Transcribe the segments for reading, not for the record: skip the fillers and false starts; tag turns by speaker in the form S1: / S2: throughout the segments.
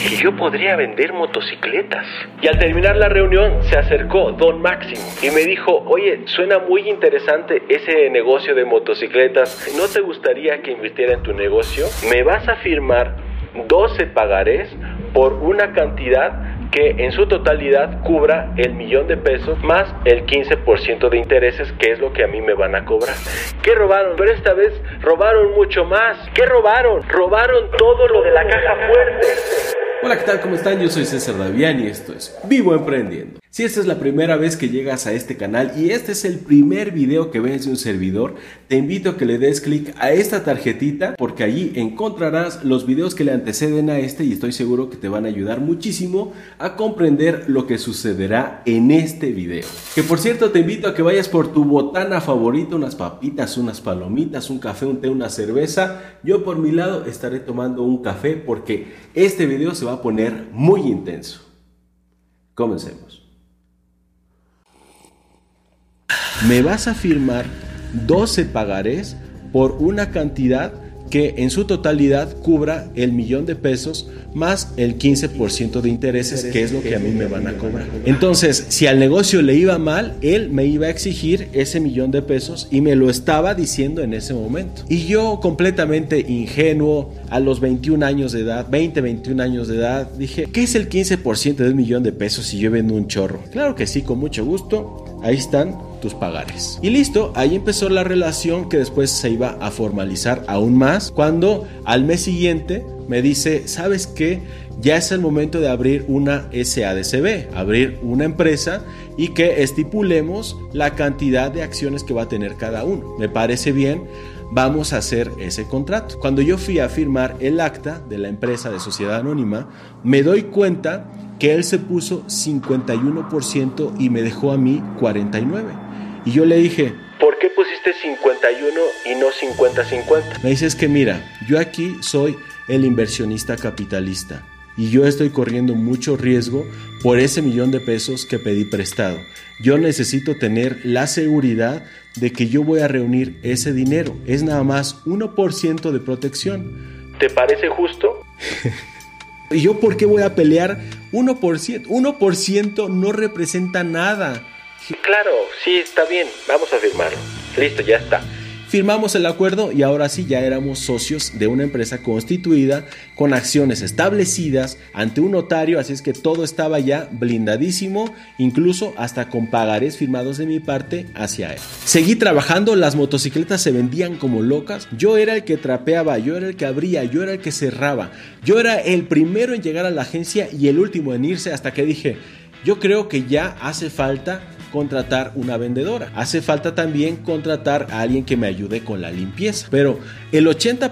S1: que yo podría vender motocicletas. Y al terminar la reunión se acercó Don Máximo y me dijo: oye, suena muy interesante ese negocio de motocicletas, ¿no te gustaría que invirtiera en tu negocio? Me vas a firmar 12 pagarés por una cantidad que en su totalidad cubra el $1,000,000 más el 15% de intereses, que es lo que a mí me van a cobrar. ¿Qué robaron? Pero esta vez robaron mucho más. ¿Qué robaron? Robaron todo lo de la caja fuerte.
S2: Hola, ¿qué tal? ¿Cómo están? Yo soy César Davián y esto es Vivo Emprendiendo. Si esta es la primera vez que llegas a este canal y este es el primer video que ves de un servidor, te invito a que le des clic a esta tarjetita porque allí encontrarás los videos que le anteceden a este y estoy seguro que te van a ayudar muchísimo a comprender lo que sucederá en este video. Que por cierto, te invito a que vayas por tu botana favorita, unas papitas, unas palomitas, un café, un té, una cerveza. Yo por mi lado estaré tomando un café porque este video se va a poner muy intenso. Comencemos. Me vas a firmar 12 pagarés por una cantidad que en su totalidad cubra el $1,000,000 más el 15% de intereses, que es lo que a mí me van a cobrar. Entonces, si al negocio le iba mal, él me iba a exigir ese $1,000,000 y me lo estaba diciendo en ese momento. Y yo, completamente ingenuo, a los 21 años de edad, 21 años de edad, dije: ¿qué es el 15% de $1,000,000 si yo vendo un chorro? Claro que sí, con mucho gusto. Ahí están tus pagares. Y listo, ahí empezó la relación que después se iba a formalizar aún más cuando al mes siguiente me dice: ¿sabes qué? Ya es el momento de abrir una SADCB, abrir una empresa y que estipulemos la cantidad de acciones que va a tener cada uno. Me parece bien, vamos a hacer ese contrato. Cuando yo fui a firmar el acta de la empresa de sociedad anónima, me doy cuenta que él se puso 51% y me dejó a mí 49%. Y yo le dije:
S1: ¿por qué pusiste 51 y no 50-50?
S2: Me dice: es que mira, yo aquí soy el inversionista capitalista y yo estoy corriendo mucho riesgo por ese $1,000,000 que pedí prestado. Yo necesito tener la seguridad de que yo voy a reunir ese dinero. Es nada más 1% de protección.
S1: ¿Te parece justo?
S2: ¿Y yo por qué voy a pelear 1%? 1% no representa nada.
S1: Claro, sí, está bien, vamos a firmarlo. Listo, ya está.
S2: Firmamos el acuerdo y ahora sí ya éramos socios de una empresa constituida con acciones establecidas ante un notario, así es que todo estaba ya blindadísimo, incluso hasta con pagarés firmados de mi parte hacia él. Seguí trabajando, las motocicletas se vendían como locas, yo era el que trapeaba, yo era el que abría, yo era el que cerraba, yo era el primero en llegar a la agencia y el último en irse, hasta que dije: yo creo que ya hace falta contratar una vendedora. Hace falta también contratar a alguien que me ayude con la limpieza. Pero el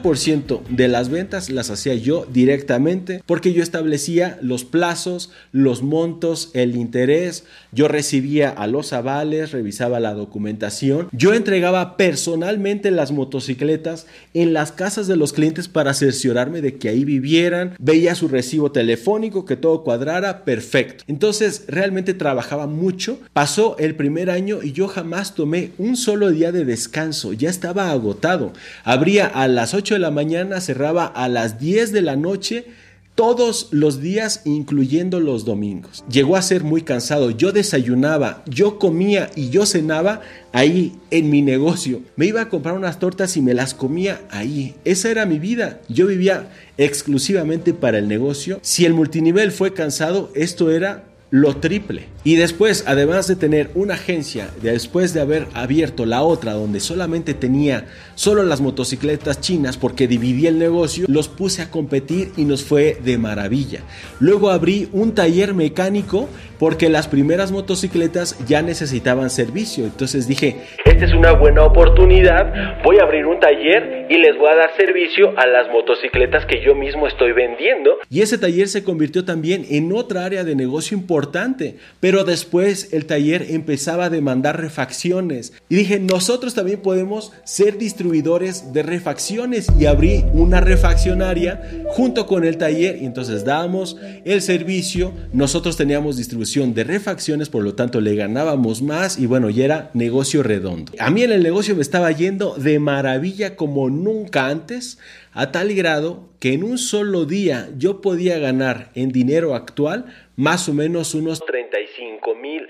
S2: 80% de las ventas las hacía yo directamente porque yo establecía los plazos, los montos, el interés. Yo recibía a los avales, revisaba la documentación. Yo entregaba personalmente las motocicletas en las casas de los clientes para cerciorarme de que ahí vivieran. Veía su recibo telefónico, que todo cuadrara, perfecto. Entonces realmente trabajaba mucho. Pasó el primer año y yo jamás tomé un solo día de descanso. Ya estaba agotado. Abría a las 8 de la mañana, cerraba a las 10 de la noche, todos los días, incluyendo los domingos. Llegó a ser muy cansado. Yo desayunaba, yo comía y yo cenaba ahí en mi negocio. Me iba a comprar unas tortas y me las comía ahí. Esa era mi vida. Yo vivía exclusivamente para el negocio. Si el multinivel fue cansado, esto era lo triple. Y después, además de tener una agencia, después de haber abierto la otra donde solamente tenía solo las motocicletas chinas porque dividí el negocio, los puse a competir y nos fue de maravilla. Luego abrí un taller mecánico porque las primeras motocicletas ya necesitaban servicio. Entonces dije:
S1: esta es una buena oportunidad, voy a abrir un taller y les voy a dar servicio a las motocicletas que yo mismo estoy vendiendo.
S2: Y ese taller se convirtió también en otra área de negocio importante importante. Pero después el taller empezaba a demandar refacciones. Y dije, nosotros también podemos ser distribuidores de refacciones. Y abrí una refaccionaria junto con el taller. Y entonces dábamos el servicio. Nosotros teníamos distribución de refacciones, por lo tanto le ganábamos más. Y bueno, ya era negocio redondo. A mí en el negocio me estaba yendo de maravilla como nunca antes, a tal grado que en un solo día yo podía ganar en dinero actual más o menos unos $35,000.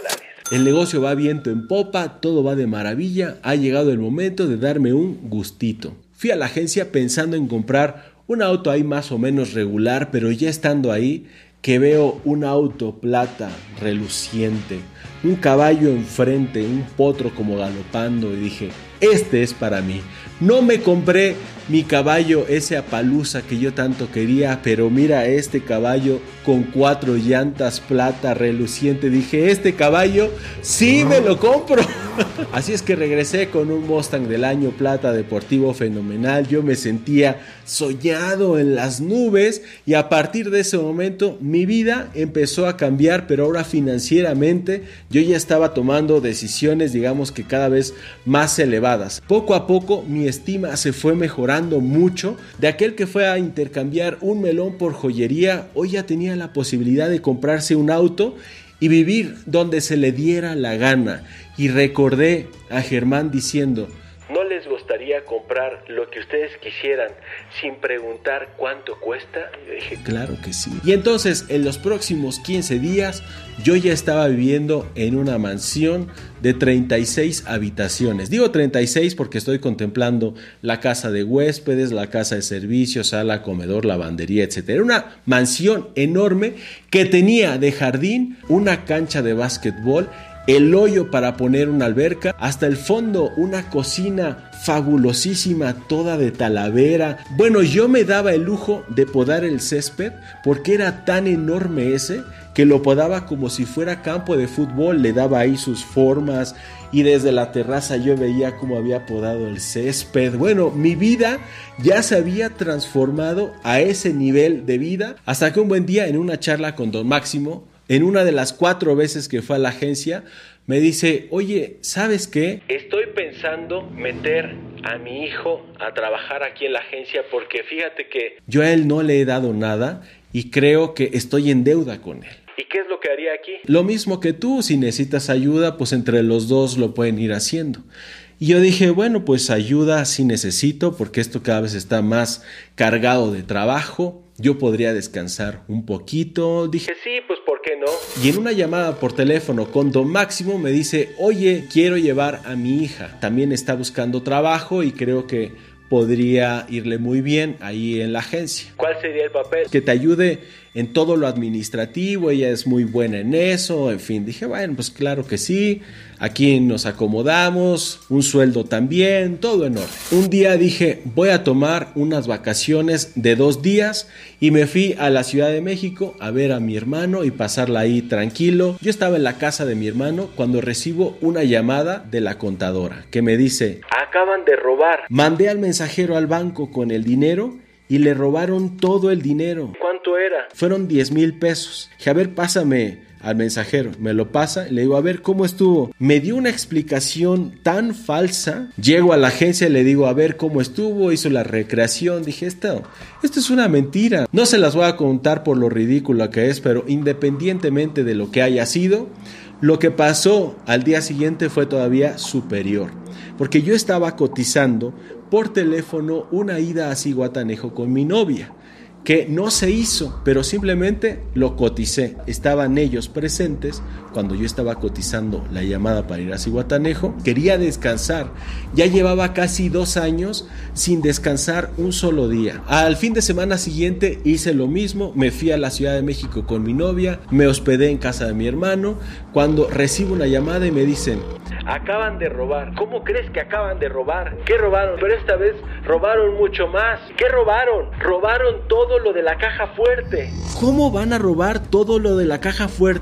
S2: El negocio va viento en popa, todo va de maravilla, ha llegado el momento de darme un gustito. Fui a la agencia pensando en comprar un auto ahí más o menos regular, pero ya estando ahí, que veo un auto plata reluciente, un caballo enfrente, un potro como galopando, y dije, este es para mí. No me compré mi caballo, ese Appaloosa que yo tanto quería, pero mira este caballo con 4 llantas plata reluciente. Dije, este caballo sí me lo compro. Así es que regresé con un Mustang del año plata deportivo fenomenal. Yo me sentía soñado en las nubes y a partir de ese momento mi vida empezó a cambiar, pero ahora financieramente yo ya estaba tomando decisiones, digamos que cada vez más elevadas. Poco a poco mi estima se fue mejorando mucho. De aquel que fue a intercambiar un melón por joyería, hoy ya tenía la posibilidad de comprarse un auto y vivir donde se le diera la gana. Y recordé a Germán diciendo,
S1: ¿no les gustaría comprar lo que ustedes quisieran sin preguntar cuánto cuesta? Y yo dije,
S2: claro que sí. Y entonces en los próximos 15 días yo ya estaba viviendo en una mansión de 36 habitaciones. Digo 36 porque estoy contemplando la casa de huéspedes, la casa de servicios, sala, comedor, lavandería, etc. Era una mansión enorme que tenía de jardín una cancha de básquetbol, el hoyo para poner una alberca, hasta el fondo una cocina fabulosísima, toda de talavera. Bueno, yo me daba el lujo de podar el césped porque era tan enorme ese que lo podaba como si fuera campo de fútbol, le daba ahí sus formas y desde la terraza yo veía cómo había podado el césped. Bueno, mi vida ya se había transformado a ese nivel de vida, hasta que un buen día en una charla con Don Máximo, en una de las 4 veces que fue a la agencia, me dice, oye, ¿sabes qué?
S1: Estoy pensando meter a mi hijo a trabajar aquí en la agencia porque fíjate que
S2: yo a él no le he dado nada y creo que estoy en deuda con él.
S1: ¿Y qué es lo que haría aquí?
S2: Lo mismo que tú, si necesitas ayuda, pues entre los dos lo pueden ir haciendo. Y yo dije, bueno, pues ayuda sí necesito porque esto cada vez está más cargado de trabajo. Yo podría descansar un poquito. Dije,
S1: sí, pues ¿por qué no?
S2: Y en una llamada por teléfono con Don Máximo me dice, oye, quiero llevar a mi hija. También está buscando trabajo y creo que podría irle muy bien ahí en la agencia.
S1: ¿Cuál sería el papel?
S2: Que te ayude en todo lo administrativo, ella es muy buena en eso, en fin. Dije, bueno, pues claro que sí, aquí nos acomodamos, un sueldo también, todo en orden. Un día dije, voy a tomar unas vacaciones de 2 días y me fui a la Ciudad de México a ver a mi hermano y pasarla ahí tranquilo. Yo estaba en la casa de mi hermano cuando recibo una llamada de la contadora que me dice,
S1: acaban de robar.
S2: Mandé al mensajero al banco con el dinero y le robaron todo el dinero.
S1: ¿Cuánto era?
S2: Fueron 10,000 pesos. Dije, a ver, pásame al mensajero. Me lo pasa y le digo, a ver, ¿cómo estuvo? Me dio una explicación tan falsa. Llego a la agencia y le digo, a ver, ¿cómo estuvo? Hizo la recreación. Dije, esto es una mentira. No se las voy a contar por lo ridículo que es, pero independientemente de lo que haya sido, lo que pasó al día siguiente fue todavía superior. Porque yo estaba cotizando por teléfono una ida a Zihuatanejo con mi novia, que no se hizo, pero simplemente lo coticé. Estaban ellos presentes cuando yo estaba cotizando la llamada para ir a Zihuatanejo. Quería descansar. Ya llevaba casi 2 años sin descansar un solo día. Al fin de semana siguiente hice lo mismo. Me fui a la Ciudad de México con mi novia. Me hospedé en casa de mi hermano. Cuando recibo una llamada y me dicen,
S1: acaban de robar. ¿Cómo crees que acaban de robar? ¿Qué robaron? Pero esta vez robaron mucho más. ¿Qué robaron? Robaron todo lo de la caja fuerte.
S2: ¿Cómo van a robar todo lo de la caja fuerte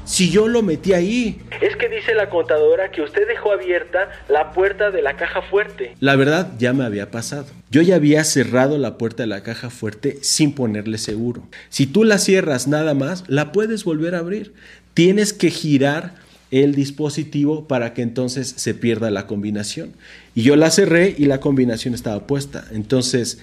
S2: Si yo lo metí ahí.
S1: Es que dice la contadora que usted dejó abierta la puerta de la caja fuerte.
S2: La verdad, ya me había pasado. Yo ya había cerrado la puerta de la caja fuerte sin ponerle seguro. Si tú la cierras nada más, la puedes volver a abrir. Tienes que girar el dispositivo para que entonces se pierda la combinación. Y yo la cerré y la combinación estaba puesta. Entonces,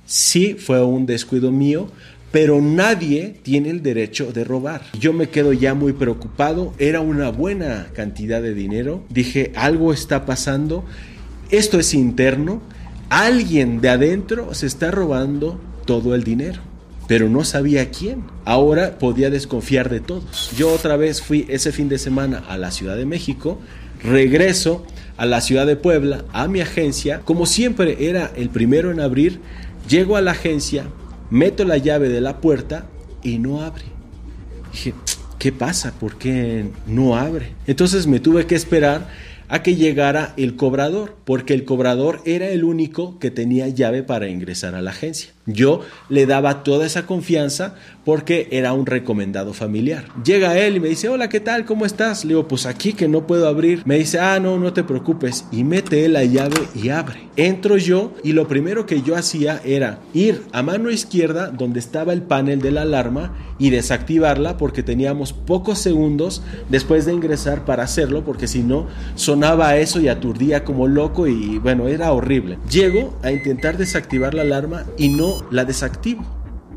S2: sí fue un descuido mío, pero nadie tiene el derecho de robar. Yo me quedo ya muy preocupado. Era una buena cantidad de dinero. Dije, algo está pasando. Esto es interno. Alguien de adentro se está robando todo el dinero. Pero no sabía quién. Ahora podía desconfiar de todos. Yo otra vez fui ese fin de semana a la Ciudad de México. Regreso a la ciudad de Puebla, a mi agencia. Como siempre era el primero en abrir, llego a la agencia, meto la llave de la puerta y no abre. Dije, ¿qué pasa? ¿Por qué no abre? Entonces me tuve que esperar a que llegara el cobrador, porque el cobrador era el único que tenía llave para ingresar a la agencia. Yo le daba toda esa confianza porque era un recomendado familiar. Llega él y me dice, hola, ¿qué tal? ¿Cómo estás? Le digo, pues aquí que no puedo abrir. Me dice, no te preocupes. Y mete él la llave y abre. Entro yo y lo primero que yo hacía era ir a mano izquierda donde estaba el panel de la alarma y desactivarla porque teníamos pocos segundos después de ingresar para hacerlo, porque si no sonaba eso y aturdía como loco y bueno, era horrible. Llego a intentar desactivar la alarma y no la desactivo.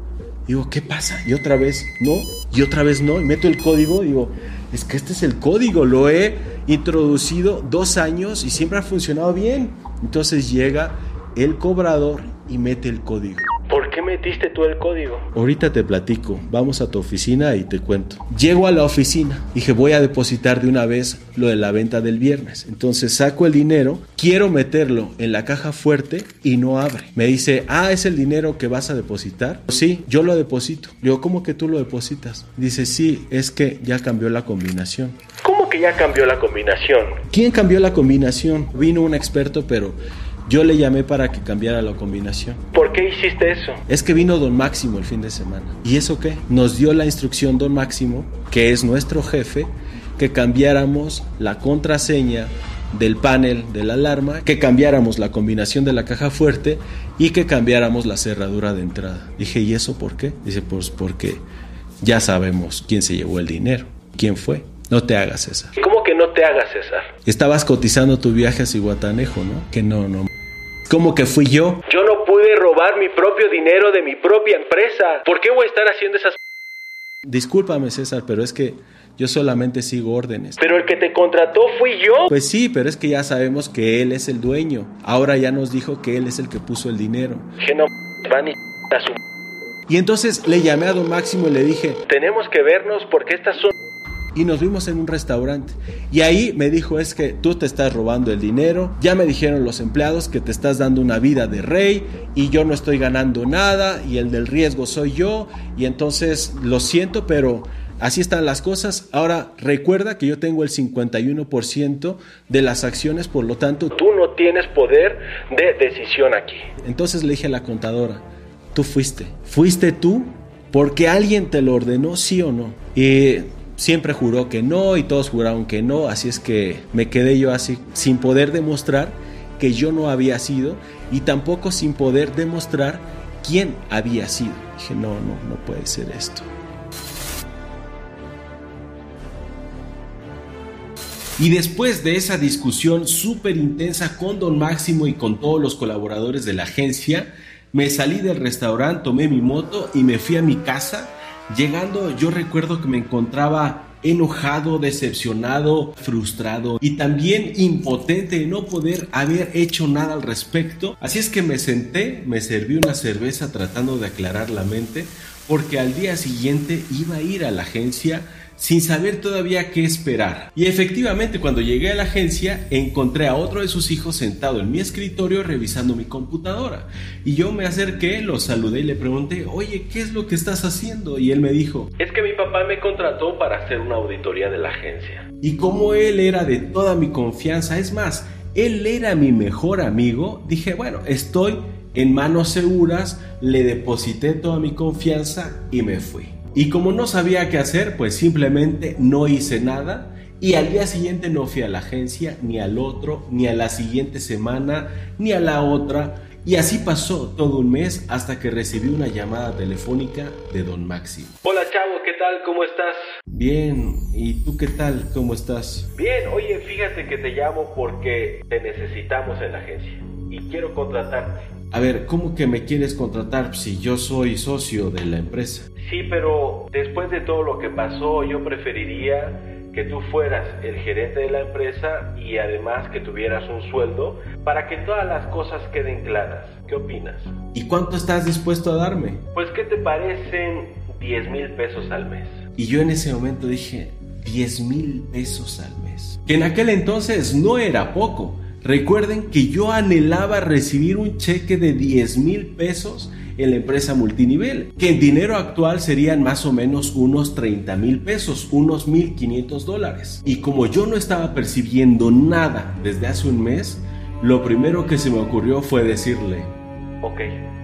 S2: Digo, ¿qué pasa? Y otra vez no, y otra vez no, y meto el código, digo, es que este es el código, lo he introducido 2 años y siempre ha funcionado bien. Entonces llega el cobrador y mete el código.
S1: ¿Por qué metiste tú el código?
S2: Ahorita te platico, vamos a tu oficina y te cuento. Llego a la oficina, dije voy a depositar de una vez lo de la venta del viernes. Entonces saco el dinero, quiero meterlo en la caja fuerte y no abre. Me dice, ¿es el dinero que vas a depositar? Sí, yo lo deposito. Le digo, ¿cómo que tú lo depositas? Dice, sí, es que ya cambió la combinación.
S1: ¿Cómo que ya cambió la combinación?
S2: ¿Quién cambió la combinación? Vino un experto, pero yo le llamé para que cambiara la combinación.
S1: ¿Por qué hiciste eso?
S2: Es que vino Don Máximo el fin de semana. ¿Y eso qué? Nos dio la instrucción Don Máximo, que es nuestro jefe, que cambiáramos la contraseña del panel de la alarma, que cambiáramos la combinación de la caja fuerte y que cambiáramos la cerradura de entrada. Dije, ¿y eso por qué? Dice, pues porque ya sabemos quién se llevó el dinero. ¿Quién fue? No te hagas, César.
S1: ¿Cómo que no te hagas, César?
S2: Estabas cotizando tu viaje a Zihuatanejo, ¿no? Que no. ¿Cómo que fui yo?
S1: Yo no pude robar mi propio dinero de mi propia empresa. ¿Por qué voy a estar haciendo esas?
S2: Discúlpame, César, pero es que yo solamente sigo órdenes.
S1: Pero el que te contrató fui yo.
S2: Pues sí, pero es que ya sabemos que él es el dueño. Ahora ya nos dijo que él es el que puso el dinero.
S1: Que no van y a su...
S2: Y entonces le llamé a Don Máximo y le dije,
S1: tenemos que vernos porque estas son...
S2: Y nos vimos en un restaurante. Y ahí me dijo, es que tú te estás robando el dinero. Ya me dijeron los empleados que te estás dando una vida de rey y yo no estoy ganando nada y el del riesgo soy yo. Y entonces lo siento, pero así están las cosas. Ahora recuerda que yo tengo el 51% de las acciones, por lo tanto
S1: tú no tienes poder de decisión aquí.
S2: Entonces le dije a la contadora, tú fuiste tú porque alguien te lo ordenó, sí o no. Y siempre juró que no y todos juraron que no, así es que me quedé yo así sin poder demostrar que yo no había sido y tampoco sin poder demostrar quién había sido. Dije, no puede ser esto. Y después de esa discusión súper intensa con Don Máximo y con todos los colaboradores de la agencia, me salí del restaurante, tomé mi moto y me fui a mi casa. Llegando, yo recuerdo que me encontraba enojado, decepcionado, frustrado y también impotente de no poder haber hecho nada al respecto. Así es que me senté, me serví una cerveza tratando de aclarar la mente, porque al día siguiente iba a ir a la agencia sin saber todavía qué esperar. Y efectivamente, cuando llegué a la agencia, encontré a otro de sus hijos sentado en mi escritorio revisando mi computadora. Y yo me acerqué, lo saludé y le pregunté, oye, ¿qué es lo que estás haciendo? Y él me dijo,
S1: es que mi papá me contrató para hacer una auditoría de la agencia.
S2: Y como él era de toda mi confianza, es más, él era mi mejor amigo, dije, bueno, estoy en manos seguras, le deposité toda mi confianza y me fui. Y como no sabía qué hacer, pues simplemente no hice nada. Y al día siguiente no fui a la agencia, ni al otro, ni a la siguiente semana, ni a la otra. Y así pasó todo un mes hasta que recibí una llamada telefónica de don Máximo.
S1: Hola chavo, ¿qué tal? ¿Cómo estás?
S2: Bien, ¿y tú qué tal? ¿Cómo estás?
S1: Bien, oye, fíjate que te llamo porque te necesitamos en la agencia y quiero contratarte.
S2: A ver, ¿cómo que me quieres contratar si yo soy socio de la empresa?
S1: Sí, pero después de todo lo que pasó, yo preferiría que tú fueras el gerente de la empresa y además que tuvieras un sueldo para que todas las cosas queden claras. ¿Qué opinas?
S2: ¿Y cuánto estás dispuesto a darme?
S1: Pues, ¿qué te parecen 10,000 pesos al mes?
S2: Y yo en ese momento dije, 10,000 pesos al mes. Que en aquel entonces no era poco. Recuerden que yo anhelaba recibir un cheque de 10,000 pesos en la empresa multinivel, que en dinero actual serían más o menos unos 30,000 pesos, unos $1,500. Y como yo no estaba percibiendo nada desde hace un mes, lo primero que se me ocurrió fue decirle,
S1: ok,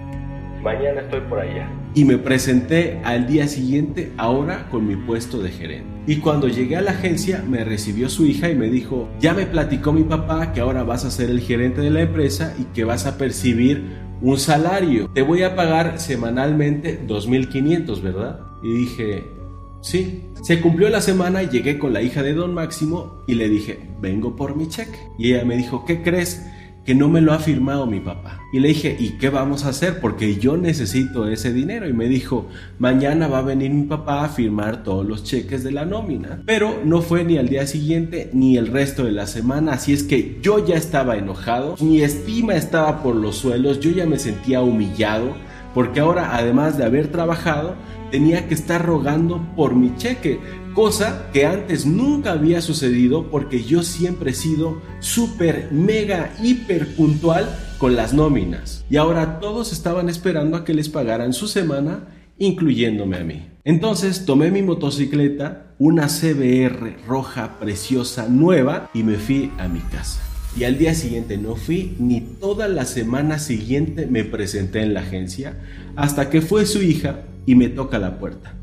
S1: mañana estoy por allá.
S2: Y me presenté al día siguiente, ahora con mi puesto de gerente. Y cuando llegué a la agencia, me recibió su hija y me dijo, ya me platicó mi papá que ahora vas a ser el gerente de la empresa y que vas a percibir un salario. Te voy a pagar semanalmente 2,500, ¿verdad? Y dije, sí. Se cumplió la semana y llegué con la hija de don Máximo y le dije, vengo por mi cheque. Y ella me dijo, ¿qué crees? Que no me lo ha firmado mi papá. Y le dije, ¿y qué vamos a hacer? Porque yo necesito ese dinero. Y me dijo, mañana va a venir mi papá a firmar todos los cheques de la nómina. Pero no fue ni al día siguiente ni el resto de la semana. Así es que yo ya estaba enojado. Mi estima estaba por los suelos. Yo ya me sentía humillado. Porque ahora, además de haber trabajado, tenía que estar rogando por mi cheque. Cosa que antes nunca había sucedido porque yo siempre he sido súper, mega, hiper puntual con las nóminas. Y ahora todos estaban esperando a que les pagaran su semana, incluyéndome a mí. Entonces tomé mi motocicleta, una CBR roja, preciosa, nueva, y me fui a mi casa. Y al día siguiente no fui, ni toda la semana siguiente me presenté en la agencia, hasta que fue su hija y me toca la puerta.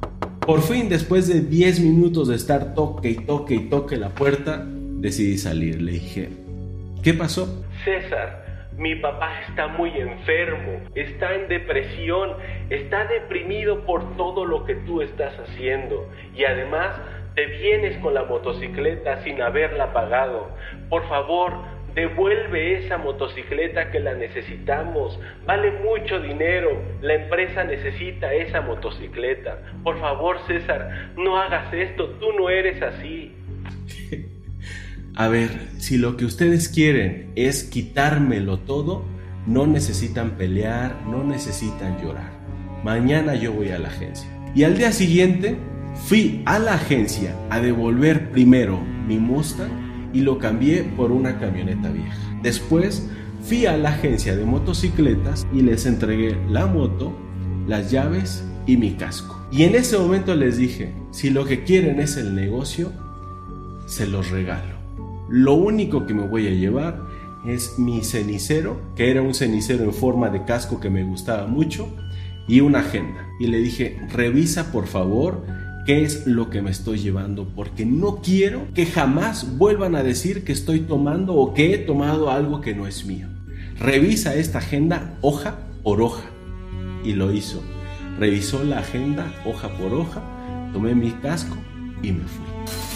S2: Por fin, después de 10 minutos de estar toque y toque y toque la puerta, decidí salir. Le dije, ¿qué pasó?
S1: César, mi papá está muy enfermo, está en depresión, está deprimido por todo lo que tú estás haciendo y además te vienes con la motocicleta sin haberla pagado. Por favor, devuelve esa motocicleta que la necesitamos. Vale mucho dinero. La empresa necesita esa motocicleta. Por favor, César, no hagas esto. Tú no eres así.
S2: A ver, si lo que ustedes quieren es quitármelo todo, no necesitan pelear, no necesitan llorar. Mañana yo voy a la agencia. Y al día siguiente fui a la agencia a devolver primero mi Mustang y lo cambié por una camioneta vieja. Después fui a la agencia de motocicletas y les entregué la moto, las llaves y mi casco. Y en ese momento les dije, si lo que quieren es el negocio, se los regalo. Lo único que me voy a llevar es mi cenicero, que era un cenicero en forma de casco que me gustaba mucho, y una agenda. Y le dije, revisa por favor qué es lo que me estoy llevando, porque no quiero que jamás vuelvan a decir que estoy tomando o que he tomado algo que no es mío. Revisa esta agenda hoja por hoja. Y lo hizo. Revisó la agenda hoja por hoja, tomé mi casco y me fui.